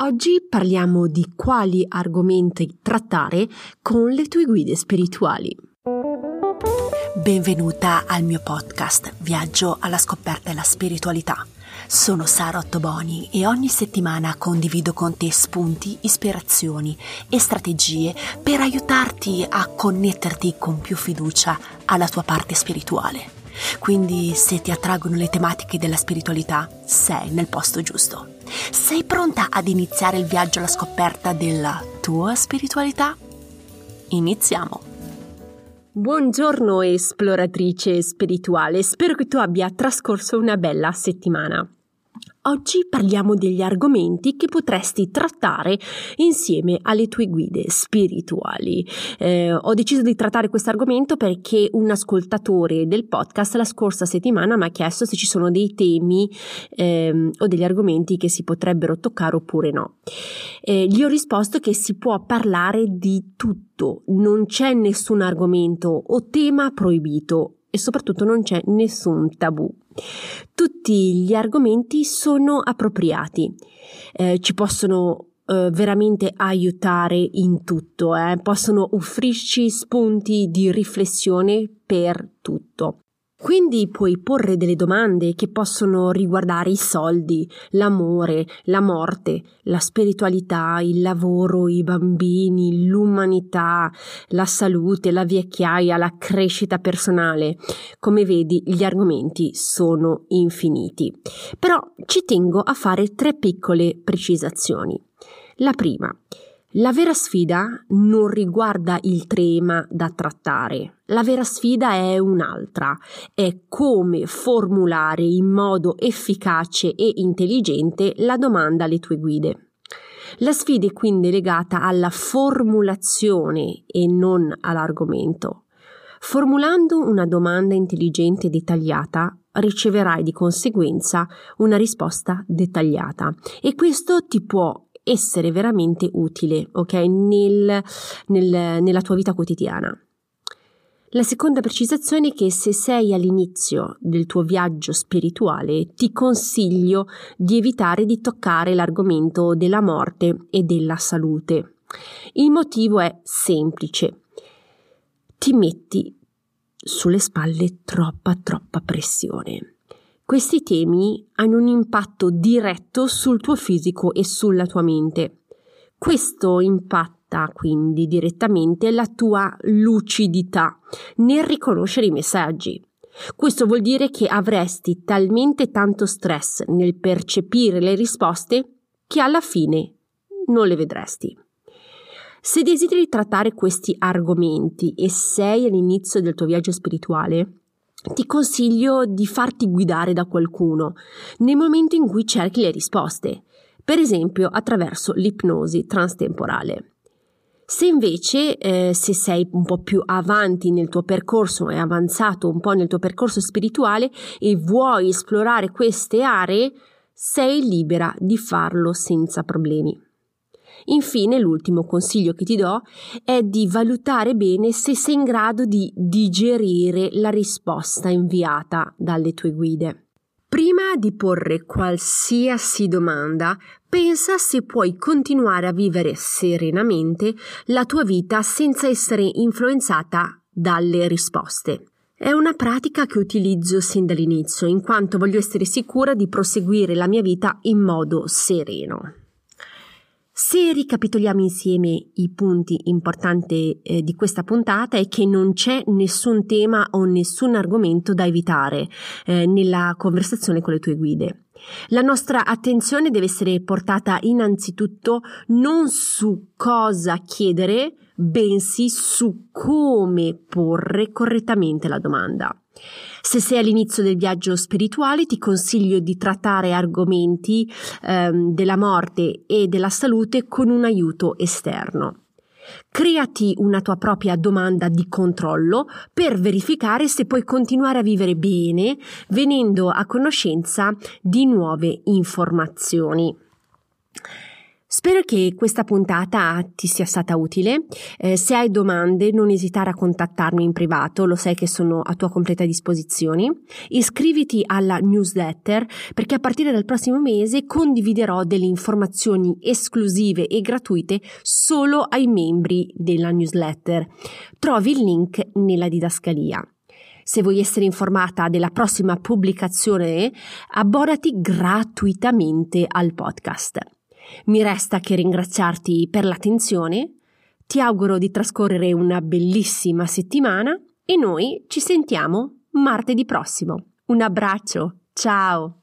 Oggi parliamo di quali argomenti trattare con le tue guide spirituali. Benvenuta al mio podcast Viaggio alla scoperta della spiritualità. Sono Sara Ottoboni e ogni settimana condivido con te spunti, ispirazioni e strategie per aiutarti a connetterti con più fiducia alla tua parte spirituale. Quindi se ti attraggono le tematiche della spiritualità, sei nel posto giusto. Sei pronta ad iniziare il viaggio alla scoperta della tua spiritualità? Iniziamo! Buongiorno esploratrice spirituale, spero che tu abbia trascorso una bella settimana. Oggi parliamo degli argomenti che potresti trattare insieme alle tue guide spirituali. Ho deciso di trattare questo argomento perché un ascoltatore del podcast la scorsa settimana mi ha chiesto se ci sono dei temi o degli argomenti che si potrebbero toccare oppure no. Gli ho risposto che si può parlare di tutto, non c'è nessun argomento o tema proibito e soprattutto non c'è nessun tabù. Tutti gli argomenti sono appropriati, ci possono veramente aiutare in tutto, possono offrirci spunti di riflessione per tutto. Quindi puoi porre delle domande che possono riguardare i soldi, l'amore, la morte, la spiritualità, il lavoro, i bambini, l'umanità, la salute, la vecchiaia, la crescita personale. Come vedi, gli argomenti sono infiniti. Però ci tengo a fare 3 piccole precisazioni. La prima. La vera sfida non riguarda il tema da trattare, la vera sfida è un'altra, è come formulare in modo efficace e intelligente la domanda alle tue guide. La sfida è quindi legata alla formulazione e non all'argomento. Formulando una domanda intelligente e dettagliata, riceverai di conseguenza una risposta dettagliata e questo ti può essere veramente utile, ok? Nella tua vita quotidiana. La seconda precisazione è che se sei all'inizio del tuo viaggio spirituale, ti consiglio di evitare di toccare l'argomento della morte e della salute. Il motivo è semplice. Ti metti sulle spalle troppa pressione. Questi temi hanno un impatto diretto sul tuo fisico e sulla tua mente. Questo impatta quindi direttamente la tua lucidità nel riconoscere i messaggi. Questo vuol dire che avresti talmente tanto stress nel percepire le risposte che alla fine non le vedresti. Se desideri trattare questi argomenti e sei all'inizio del tuo viaggio spirituale, ti consiglio di farti guidare da qualcuno nel momento in cui cerchi le risposte, per esempio attraverso l'ipnosi transtemporale. Se invece se sei un po' più avanti nel tuo percorso e avanzato un po' nel tuo percorso spirituale e vuoi esplorare queste aree, sei libera di farlo senza problemi. Infine, l'ultimo consiglio che ti do è di valutare bene se sei in grado di digerire la risposta inviata dalle tue guide. Prima di porre qualsiasi domanda, pensa se puoi continuare a vivere serenamente la tua vita senza essere influenzata dalle risposte. È una pratica che utilizzo sin dall'inizio, in quanto voglio essere sicura di proseguire la mia vita in modo sereno. Se ricapitoliamo insieme i punti importanti di questa puntata è che non c'è nessun tema o nessun argomento da evitare nella conversazione con le tue guide. La nostra attenzione deve essere portata innanzitutto non su cosa chiedere, bensì su come porre correttamente la domanda. Se sei all'inizio del viaggio spirituale, ti consiglio di trattare argomenti della morte e della salute con un aiuto esterno. Creati una tua propria domanda di controllo per verificare se puoi continuare a vivere bene, venendo a conoscenza di nuove informazioni. Spero che questa puntata ti sia stata utile. Se hai domande, non esitare a contattarmi in privato, lo sai che sono a tua completa disposizione. Iscriviti alla newsletter perché a partire dal prossimo mese condividerò delle informazioni esclusive e gratuite solo ai membri della newsletter. Trovi il link nella didascalia. Se vuoi essere informata della prossima pubblicazione, abbonati gratuitamente al podcast. Mi resta che ringraziarti per l'attenzione, ti auguro di trascorrere una bellissima settimana e noi ci sentiamo martedì prossimo. Un abbraccio, ciao!